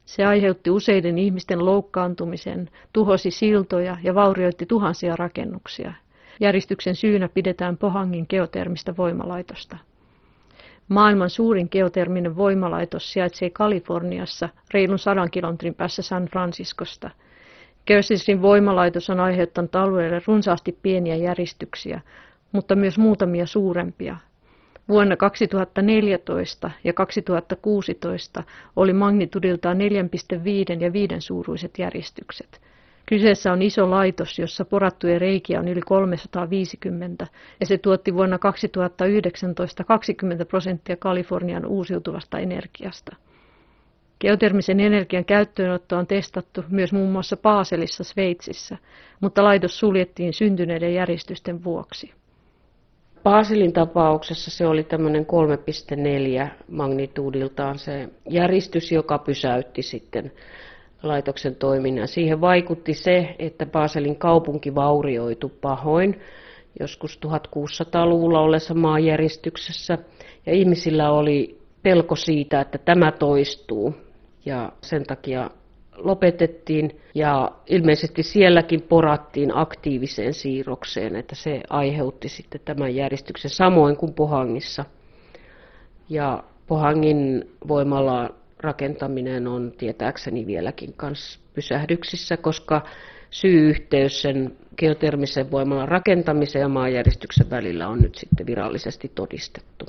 Se aiheutti useiden ihmisten loukkaantumisen, tuhosi siltoja ja vaurioitti tuhansia rakennuksia. Järistyksen syynä pidetään Pohangin geotermistä voimalaitosta. Maailman suurin geoterminen voimalaitos sijaitsee Kaliforniassa reilun 100 kilometrin päässä San Franciscosta. Geosisin voimalaitos on aiheuttanut alueelle runsaasti pieniä järistyksiä, mutta myös muutamia suurempia. Vuonna 2014 ja 2016 oli magnitudiltaan 4,5 ja 5 suuruiset järistykset. Kyseessä on iso laitos, jossa porattuja reikiä on yli 350, ja se tuotti vuonna 2019 20% Kalifornian uusiutuvasta energiasta. Geotermisen energian käyttöönotto on testattu myös muun muassa Baselissa Sveitsissä, mutta laitos suljettiin syntyneiden järistysten vuoksi. Baselin tapauksessa se oli tämmöinen 3,4 magnituudiltaan se järistys, joka pysäytti sitten laitoksen toiminnan. Siihen vaikutti se, että Baselin kaupunki vaurioitui pahoin joskus 1600-luvulla ollessa maanjäristyksessä, ja ihmisillä oli pelko siitä, että tämä toistuu, ja sen takia lopetettiin, ja ilmeisesti sielläkin porattiin aktiiviseen siirrokseen, että se aiheutti sitten tämän järjestyksen samoin kuin Pohangissa. Ja Pohangin voimalla rakentaminen on tietääkseni vieläkin kanssa pysähdyksissä, koska syy-yhteys sen geotermisen voimalan rakentamisen ja maanjäristyksen välillä on nyt sitten virallisesti todistettu.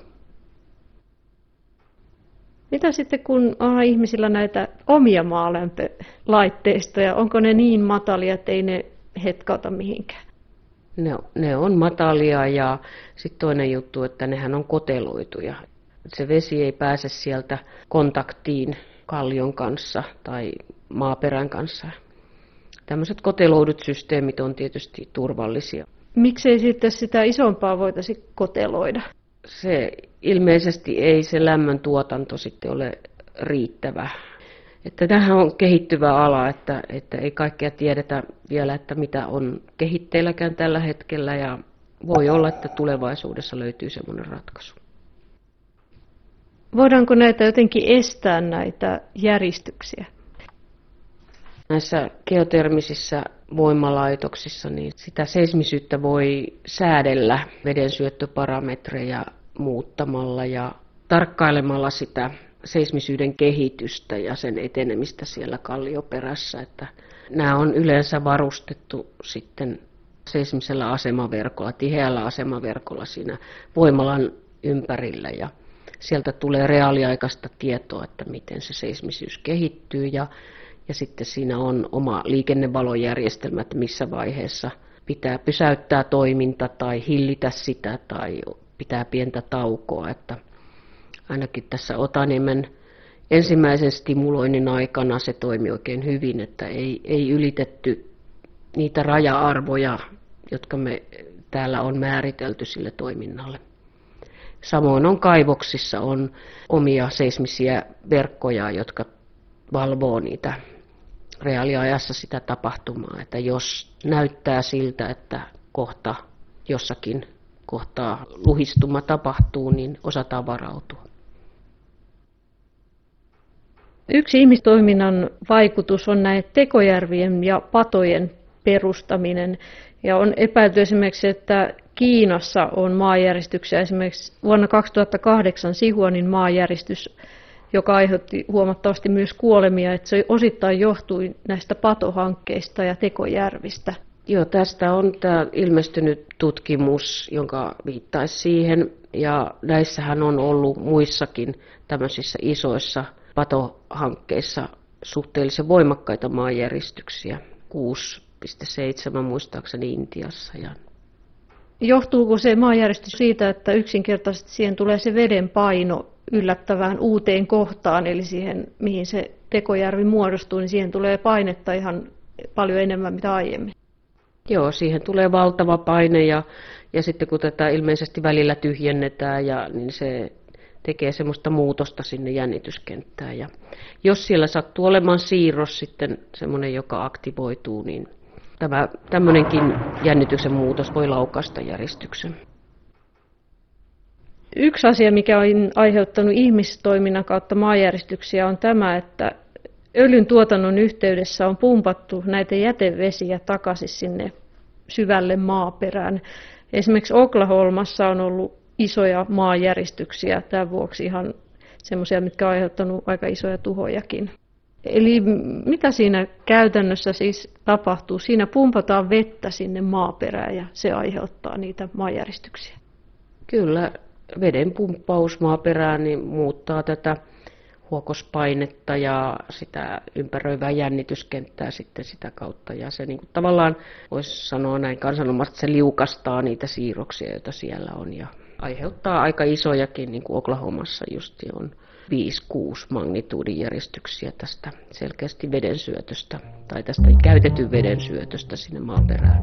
Mitä sitten, kun on ihmisillä näitä omia maalämpölaitteistoja, onko ne niin matalia, että ei ne hetkauta mihinkään? Ne on matalia, ja sitten toinen juttu, että nehän on koteloituja. Se vesi ei pääse sieltä kontaktiin kallion kanssa tai maaperän kanssa. Tämmöiset koteloidut systeemit on tietysti turvallisia. Miksei sitten sitä isompaa voitaisi koteloida? Se ilmeisesti ei se lämmön tuotanto sitten ole riittävä. Että tämähän on kehittyvä ala, että ei kaikkea tiedetä vielä, että mitä on kehitteilläkään tällä hetkellä, ja voi olla, että tulevaisuudessa löytyy semmoinen ratkaisu. Voidaanko näitä jotenkin estää, näitä järistyksiä? Näissä geotermisissä voimalaitoksissa niin sitä seismisyyttä voi säädellä vedensyöttöparametreja muuttamalla ja tarkkailemalla sitä seismisyyden kehitystä ja sen etenemistä siellä kallioperässä. Että nämä on yleensä varustettu sitten seismisellä asemaverkolla, tiheällä asemaverkolla siinä voimalan ympärillä, ja sieltä tulee reaaliaikaista tietoa, että miten se seismisyys kehittyy, ja sitten siinä on oma liikennevalojärjestelmä, että missä vaiheessa pitää pysäyttää toiminta tai hillitä sitä tai pitää pientä taukoa. Että ainakin tässä Otaniemen ensimmäisen stimuloinnin aikana se toimi oikein hyvin, että ei ylitetty niitä raja-arvoja, jotka me täällä on määritelty sille toiminnalle. Samoin on kaivoksissa on omia seismisiä verkkoja, jotka valvoo niitä reaaliajassa sitä tapahtumaa, että jos näyttää siltä, että kohta jossakin kohtaa luhistuma tapahtuu, niin osataan varautua. Yksi ihmistoiminnan vaikutus on näiden tekojärvien ja patojen perustaminen, ja on epäilty esimerkiksi, että Kiinassa on maanjäristyksiä, esimerkiksi vuonna 2008 Sihuanin maanjäristys, joka aiheutti huomattavasti myös kuolemia, että se osittain johtui näistä patohankkeista ja tekojärvistä. Joo, tästä on tämä ilmestynyt tutkimus, jonka viittaisi siihen, ja näissähän on ollut muissakin tämmöisissä isoissa patohankkeissa suhteellisen voimakkaita maanjäristyksiä, 6,7 muistaakseni Intiassa. Johtuuko se maanjäristys siitä, että yksinkertaisesti siihen tulee se veden paino yllättävään uuteen kohtaan, eli siihen, mihin se tekojärvi muodostuu, niin siihen tulee painetta ihan paljon enemmän mitä aiemmin? Joo, siihen tulee valtava paine, ja sitten kun tätä ilmeisesti välillä tyhjennetään, niin se tekee semmoista muutosta sinne jännityskenttään. Ja jos siellä sattuu olemaan siirros sitten semmoinen, joka aktivoituu, niin tämmöinenkin jännityksen muutos voi laukaista järistyksen. Yksi asia, mikä on aiheuttanut ihmistoiminnan kautta maanjäristyksiä, on tämä, että Öljyn tuotannon yhteydessä on pumpattu näitä jätevesiä takaisin sinne syvälle maaperään. Esimerkiksi Oklahomassa on ollut isoja maanjäristyksiä tämän vuoksi, ihan semmoisia, mitkä on aiheuttanut aika isoja tuhojakin. Eli mitä siinä käytännössä siis tapahtuu? Siinä pumpataan vettä sinne maaperään ja se aiheuttaa niitä maanjäristyksiä. Kyllä, veden pumppaus maaperään niin muuttaa tätä huokospainetta ja sitä ympäröivää jännityskenttää sitten sitä kautta. Ja se niin kuin tavallaan, voisi sanoa näin kansanomaisesti, se liukastaa niitä siirroksia, joita siellä on. Ja aiheuttaa aika isojakin, niin kuin Oklahomassa just on 5-6 magnituudin järjestyksiä tästä selkeästi vedensyötöstä tai tästä käytetyn veden syötöstä sinne maaperään.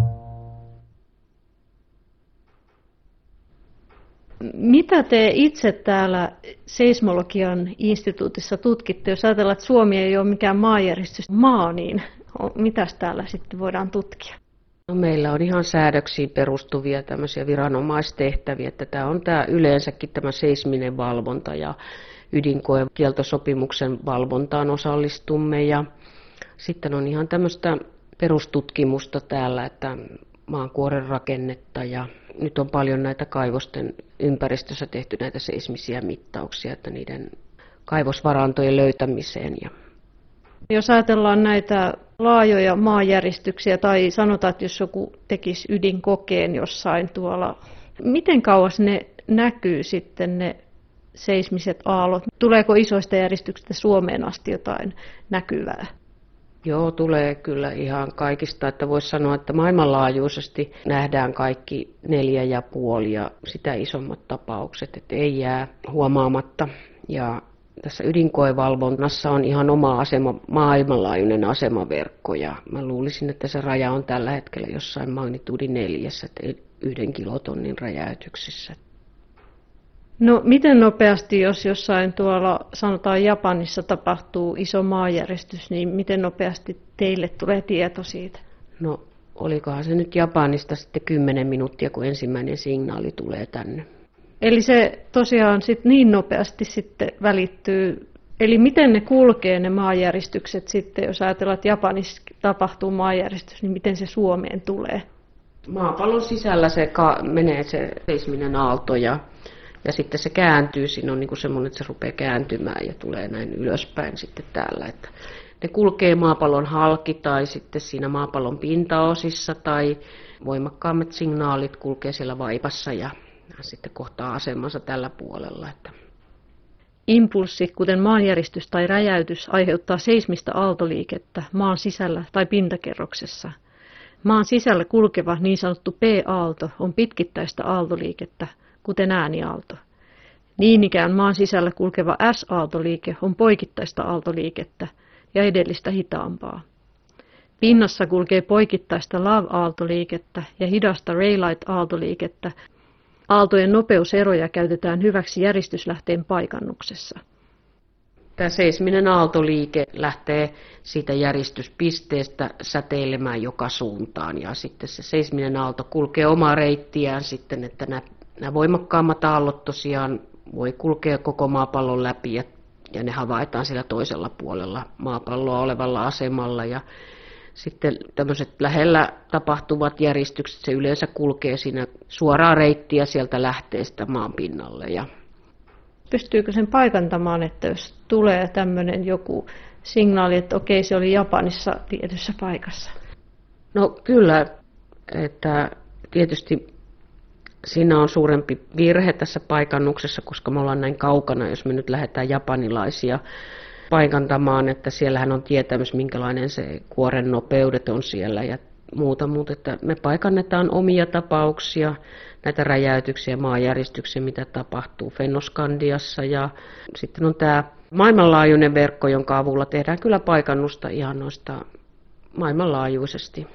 Mitä te itse täällä seismologian instituutissa tutkitte? Jos ajatellaan, että Suomi ei ole mikään maanjäristysmaa, niin mitäs täällä sitten voidaan tutkia? No, meillä on ihan säädöksiin perustuvia tämmöisiä viranomaistehtäviä, että tämä on yleensäkin tämä seisminen valvonta ja ydinkoekieltosopimuksen valvontaan osallistumme ja sitten on ihan tämmöistä perustutkimusta täällä, että maankuoren rakennetta ja nyt on paljon näitä kaivosten ympäristössä tehty näitä seismisiä mittauksia, että niiden kaivosvarantojen löytämiseen. Jos ajatellaan näitä laajoja maanjäristyksiä tai sanotaan, että jos joku tekisi ydinkokeen jossain tuolla, miten kauas ne näkyy sitten ne seismiset aallot? Tuleeko isoista järjestyksistä Suomeen asti jotain näkyvää? Joo, tulee kyllä ihan kaikista, että voisi sanoa, että maailmanlaajuisesti nähdään kaikki 4,5 ja sitä isommat tapaukset, että ei jää huomaamatta. Ja tässä ydinkoevalvonnassa on ihan oma maailmanlaajuinen asemaverkko ja mä luulisin, että se raja on tällä hetkellä jossain magnituudi 4, 1 kilotonnin räjäytyksissä. No miten nopeasti, jos jossain tuolla sanotaan Japanissa tapahtuu iso maanjäristys, niin miten nopeasti teille tulee tieto siitä? No olikohan se nyt Japanista sitten 10 minuuttia, kun ensimmäinen signaali tulee tänne. Eli se tosiaan sitten niin nopeasti sitten välittyy. Eli miten ne kulkee ne maanjäristykset sitten, jos ajatellaan, että Japanissa tapahtuu maanjäristys, niin miten se Suomeen tulee? Maapallon sisällä se menee se seisminen aalto ja sitten se kääntyy, siinä on niin semmoinen, että se rupeaa kääntymään ja tulee näin ylöspäin sitten täällä. Että ne kulkee maapallon halki tai sitten siinä maapallon pintaosissa tai voimakkaammat signaalit kulkee siellä vaipassa ja sitten kohtaa asemansa tällä puolella. Impulssi, kuten maanjäristys tai räjäytys, aiheuttaa seismistä aaltoliikettä maan sisällä tai pintakerroksessa. Maan sisällä kulkeva niin sanottu P-aalto on pitkittäistä aaltoliikettä, kuten ääniaalto. Niin ikään maan sisällä kulkeva S-aaltoliike on poikittaista aaltoliikettä ja edellistä hitaampaa. Pinnassa kulkee poikittaista Love-aaltoliikettä ja hidasta Raylight-aaltoliikettä. Aaltojen nopeuseroja käytetään hyväksi järistyslähteen paikannuksessa. Tämä seisminen aaltoliike lähtee siitä järistyspisteestä säteilemään joka suuntaan ja sitten se seisminen aalto kulkee omaa reittiään sitten, että nämä voimakkaammat aallot tosiaan voi kulkea koko maapallon läpi ja ne havaitaan siellä toisella puolella maapalloa olevalla asemalla ja sitten tämmöiset lähellä tapahtuvat järjestykset, se yleensä kulkee siinä suoraa reittiä sieltä lähteestä maan pinnalle. Pystyykö sen paikantamaan, että jos tulee tämmöinen joku signaali, että okei, se oli Japanissa tietyssä paikassa? No kyllä, että tietysti siinä on suurempi virhe tässä paikannuksessa, koska me ollaan näin kaukana, jos me nyt lähdetään japanilaisia paikantamaan, että siellähän on tietämys, minkälainen se kuoren nopeudet on siellä ja muuta, mutta että me paikannetaan omia tapauksia, näitä räjäytyksiä, maanjäristyksiä, mitä tapahtuu Fennoskandiassa ja sitten on tämä maailmanlaajuinen verkko, jonka avulla tehdään kyllä paikannusta ihan noista maailmanlaajuisesti.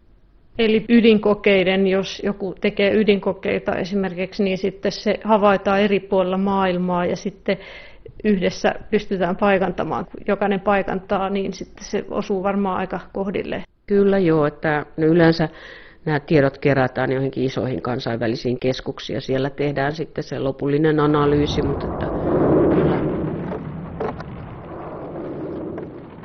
Eli ydinkokeiden, jos joku tekee ydinkokeita esimerkiksi, niin sitten se havaitaan eri puolilla maailmaa ja sitten yhdessä pystytään paikantamaan. Kun jokainen paikantaa, niin sitten se osuu varmaan aika kohdilleen. Kyllä joo, että yleensä nämä tiedot kerätään johonkin isoihin kansainvälisiin keskuksiin ja siellä tehdään sitten se lopullinen analyysi, mutta että kyllä.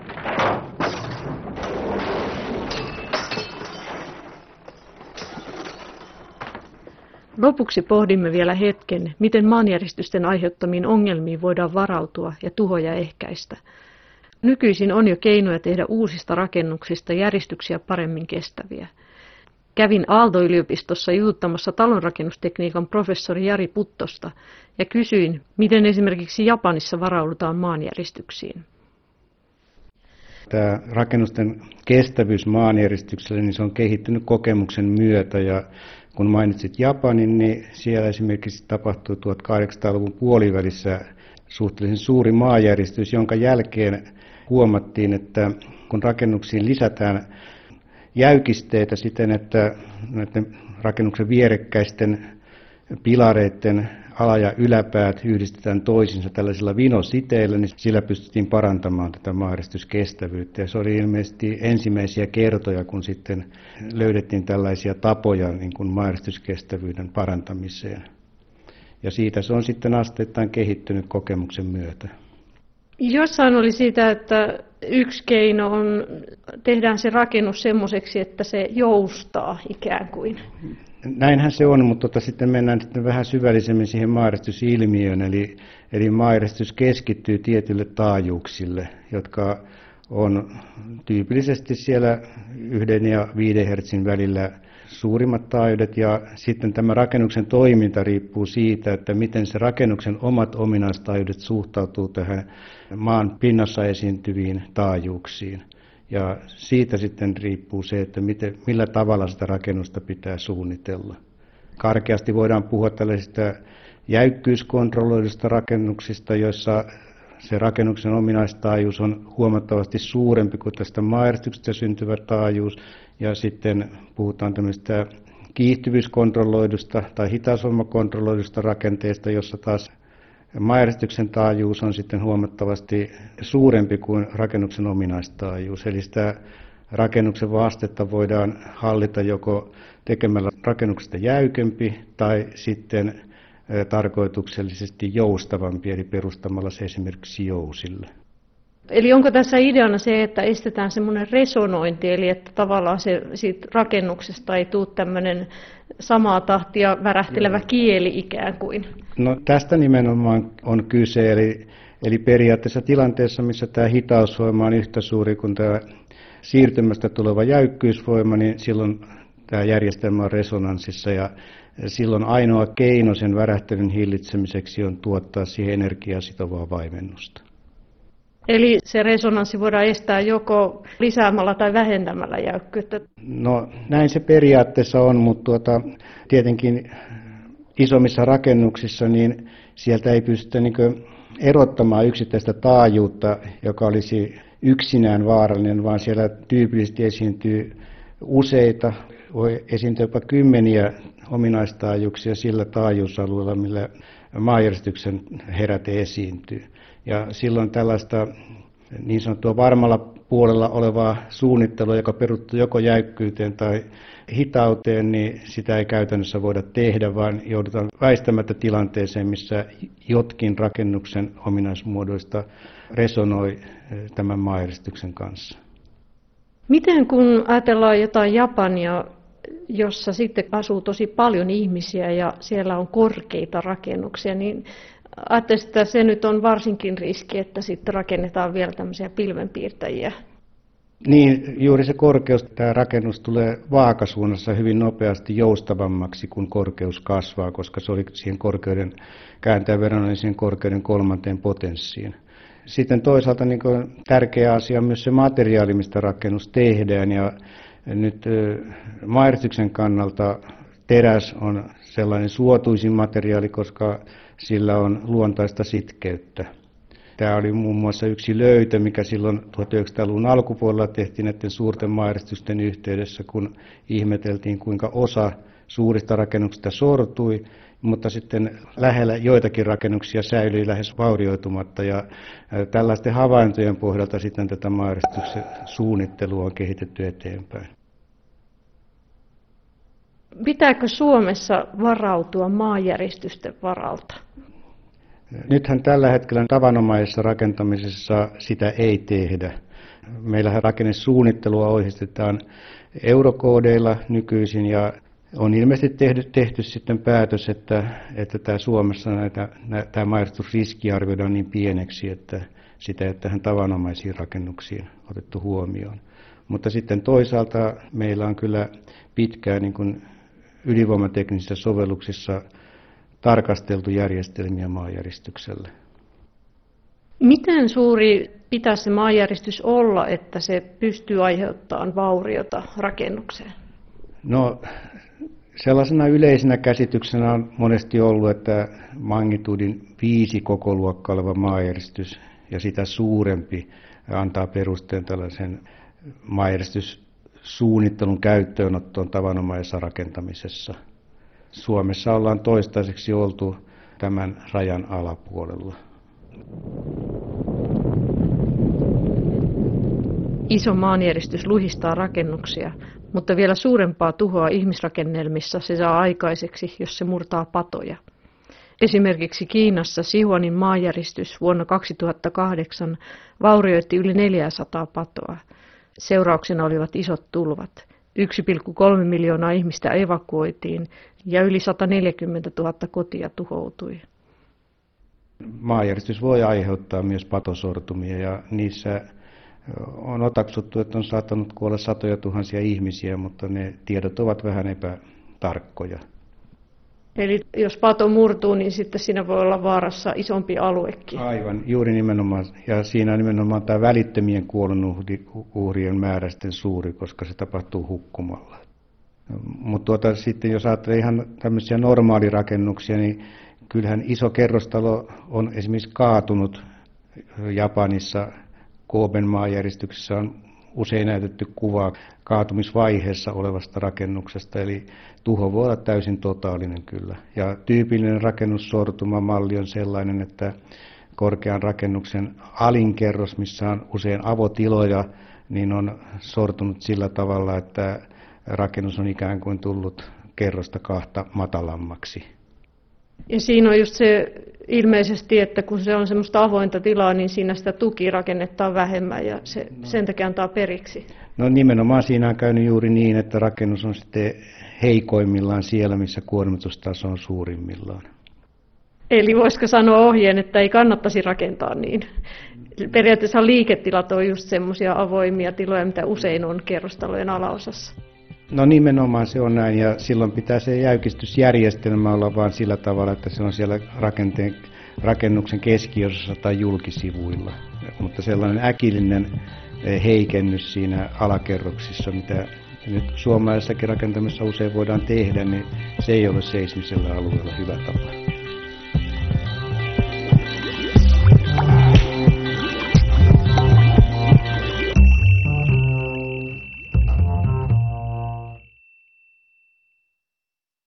Lopuksi pohdimme vielä hetken, miten maanjäristysten aiheuttamiin ongelmiin voidaan varautua ja tuhoja ehkäistä. Nykyisin on jo keinoja tehdä uusista rakennuksista järistyksiä paremmin kestäviä. Kävin Aalto-yliopistossa jututtamassa talonrakennustekniikan professori Jari Puttosta ja kysyin, miten esimerkiksi Japanissa varaudutaan maanjäristyksiin. Tämä rakennusten kestävyys maanjäristykselle, niin se on kehittynyt kokemuksen myötä. Ja kun mainitsit Japanin, niin siellä esimerkiksi tapahtui 1800-luvun puolivälissä suhteellisen suuri maanjäristys, jonka jälkeen huomattiin, että kun rakennuksiin lisätään jäykisteitä siten, että näiden rakennuksen vierekkäisten pilareiden ala- ja yläpäät yhdistetään toisiinsa tällaisilla vinositeillä, niin sillä pystyttiin parantamaan tätä maanjäristyskestävyyttä. Ja se oli ilmeisesti ensimmäisiä kertoja, kun sitten löydettiin tällaisia tapoja niin kuin maanjäristyskestävyyden parantamiseen. Ja siitä se on sitten asteittain kehittynyt kokemuksen myötä. Jossain oli siitä, että yksi keino on, tehdään se rakennus semmoiseksi, että se joustaa ikään kuin. Näinhän se on, mutta sitten mennään sitten vähän syvällisemmin siihen maanjäristysilmiöön, eli maanjäristys keskittyy tietyille taajuuksille, jotka on tyypillisesti siellä 1 ja 5 Hz välillä suurimmat taajuudet, ja sitten tämä rakennuksen toiminta riippuu siitä, että miten se rakennuksen omat ominaistaajuudet suhtautuu tähän maan pinnassa esiintyviin taajuuksiin. Ja siitä sitten riippuu se, että millä tavalla sitä rakennusta pitää suunnitella. Karkeasti voidaan puhua tällaisista jäykkyyskontrolloidusta rakennuksista, joissa se rakennuksen ominaistaajuus on huomattavasti suurempi kuin tästä maanjäristyksestä syntyvä taajuus. Ja sitten puhutaan tämmöistä kiihtyvyyskontrolloidusta tai hitausvoimakontrolloidusta rakenteesta, jossa taas maanjäristyksen taajuus on sitten huomattavasti suurempi kuin rakennuksen ominaistaajuus. Eli sitä rakennuksen vastetta voidaan hallita joko tekemällä rakennuksesta jäykempi tai sitten tarkoituksellisesti joustavampi, eli perustamalla se esimerkiksi jousille. Eli onko tässä ideana se, että estetään semmoinen resonointi, eli että tavallaan siitä rakennuksesta ei tule tämmöinen samaa tahtia värähtelevä kieli ikään kuin? No tästä nimenomaan on kyse, eli periaatteessa tilanteessa, missä tämä hitausvoima on yhtä suuri kuin tämä siirtymästä tuleva jäykkyysvoima, niin silloin tämä järjestelmä on resonanssissa ja silloin ainoa keino sen värähtelyn hillitsemiseksi on tuottaa siihen energiaa sitovaa vaimennusta. Eli se resonanssi voidaan estää joko lisäämällä tai vähentämällä jäykkyyttä? No näin se periaatteessa on, mutta tietenkin isommissa rakennuksissa niin sieltä ei pystytä erottamaan yksittäistä taajuutta, joka olisi yksinään vaarallinen, vaan siellä tyypillisesti esiintyy useita, voi esiintyä jopa kymmeniä ominaistaajuuksia sillä taajuusalueella, millä maanjäristyksen heräte esiintyy. Ja silloin tällaista niin sanottua varmalla puolella olevaa suunnittelua, joka perustuu joko jäykkyyteen tai hitauteen, niin sitä ei käytännössä voida tehdä, vaan joudutaan väistämättä tilanteeseen, missä jotkin rakennuksen ominaismuodoista resonoi tämän maanjäristyksen kanssa. Miten kun ajatellaan jotain Japania, jossa sitten asuu tosi paljon ihmisiä ja siellä on korkeita rakennuksia, niin ajattelisin, että se nyt on varsinkin riski, että sitten rakennetaan vielä tämmöisiä pilvenpiirtäjiä. Niin, juuri se korkeus, tämä rakennus tulee vaakasuunnassa hyvin nopeasti joustavammaksi, kun korkeus kasvaa, koska se oli siihen korkeuden kääntäen verran siihen korkeuden 3. potenssiin. Sitten toisaalta niin kuin tärkeä asia on myös se materiaali, mistä rakennus tehdään, ja nyt maanjäristyksen kannalta teräs on sellainen suotuisin materiaali, koska sillä on luontaista sitkeyttä. Tämä oli muun muassa yksi löytö, mikä silloin 1900-luvun alkupuolella tehtiin näiden suurten maanjäristysten yhteydessä, kun ihmeteltiin, kuinka osa suurista rakennuksista sortui, mutta sitten lähellä joitakin rakennuksia säilyi lähes vaurioitumatta. Ja tällaisten havaintojen pohjalta sitten tätä maanjäristyksen suunnittelua on kehitetty eteenpäin. Pitääkö Suomessa varautua maanjäristysten varalta? Nythän tällä hetkellä tavanomaisessa rakentamisessa sitä ei tehdä. Meillähän rakennesuunnittelua ohjeistetaan eurokoodeilla nykyisin ja on ilmeisesti tehty sitten päätös, että tämä Suomessa tämä maajäritysriski arvioidaan niin pieneksi, että sitä ei ole tähän tavanomaisiin rakennuksiin otettu huomioon. Mutta sitten toisaalta meillä on kyllä pitkään niin kuin ydinvoimateknisissä sovelluksissa tarkasteltu järjestelmiä maanjäristykselle. Miten suuri pitäisi se maanjäristys olla, että se pystyy aiheuttamaan vauriota rakennukseen? No, sellaisena yleisenä käsityksenä on monesti ollut, että magnitudin 5 kokoluokka oleva maanjäristys ja sitä suurempi antaa perusteen tällaisen maanjäristyssuunnittelun käyttöönottoon tavanomaisessa rakentamisessa. Suomessa ollaan toistaiseksi oltu tämän rajan alapuolella. Iso maanjäristys luhistaa rakennuksia, mutta vielä suurempaa tuhoa ihmisrakennelmissa se saa aikaiseksi, jos se murtaa patoja. Esimerkiksi Kiinassa Sihuanin maanjäristys vuonna 2008 vaurioitti yli 400 patoa. Seurauksena olivat isot tulvat. 1,3 miljoonaa ihmistä evakuoitiin ja yli 140 000 kotia tuhoutui. Maanjäristys voi aiheuttaa myös patosortumia ja niissä on otaksuttu, että on saattanut kuolla satoja tuhansia ihmisiä, mutta ne tiedot ovat vähän epätarkkoja. Eli jos pato murtuu, niin sitten siinä voi olla vaarassa isompi aluekin. Aivan, juuri nimenomaan. Ja siinä nimenomaan tämä välittömien kuolonuhrien määrä sitten suuri, koska se tapahtuu hukkumalla. Mutta sitten jos ajattelee ihan tämmöisiä normaalirakennuksia, niin kyllähän iso kerrostalo on esimerkiksi kaatunut Japanissa. Koben maanjäristyksessä on usein näytetty kuvaa kaatumisvaiheessa olevasta rakennuksesta, eli tuho voi olla täysin totaalinen kyllä. Ja tyypillinen rakennussortumamalli on sellainen, että korkean rakennuksen alinkerros, missä on usein avotiloja, niin on sortunut sillä tavalla, että rakennus on ikään kuin tullut kerrosta 2 matalammaksi. Ja siinä on just se ilmeisesti, että kun se on semmoista avointa tilaa, niin siinä sitä tukirakennetta on vähemmän ja se sen takia antaa periksi. No nimenomaan siinä on käynyt juuri niin, että rakennus on sitten heikoimmillaan siellä, missä kuormitustaso on suurimmillaan. Eli voisiko sanoa ohjeen, että ei kannattaisi rakentaa niin? Periaatteessa liiketilat on just semmoisia avoimia tiloja, mitä usein on kerrostalojen alaosassa. No nimenomaan se on näin ja silloin pitää se jäykistysjärjestelmä olla vaan sillä tavalla, että se on siellä rakennuksen keskiosassa tai julkisivuilla. Mutta sellainen äkillinen heikennys siinä alakerroksissa, mitä nyt suomalaisessakin rakentamisessa usein voidaan tehdä, niin se ei ole seismisellä alueella hyvä tapa.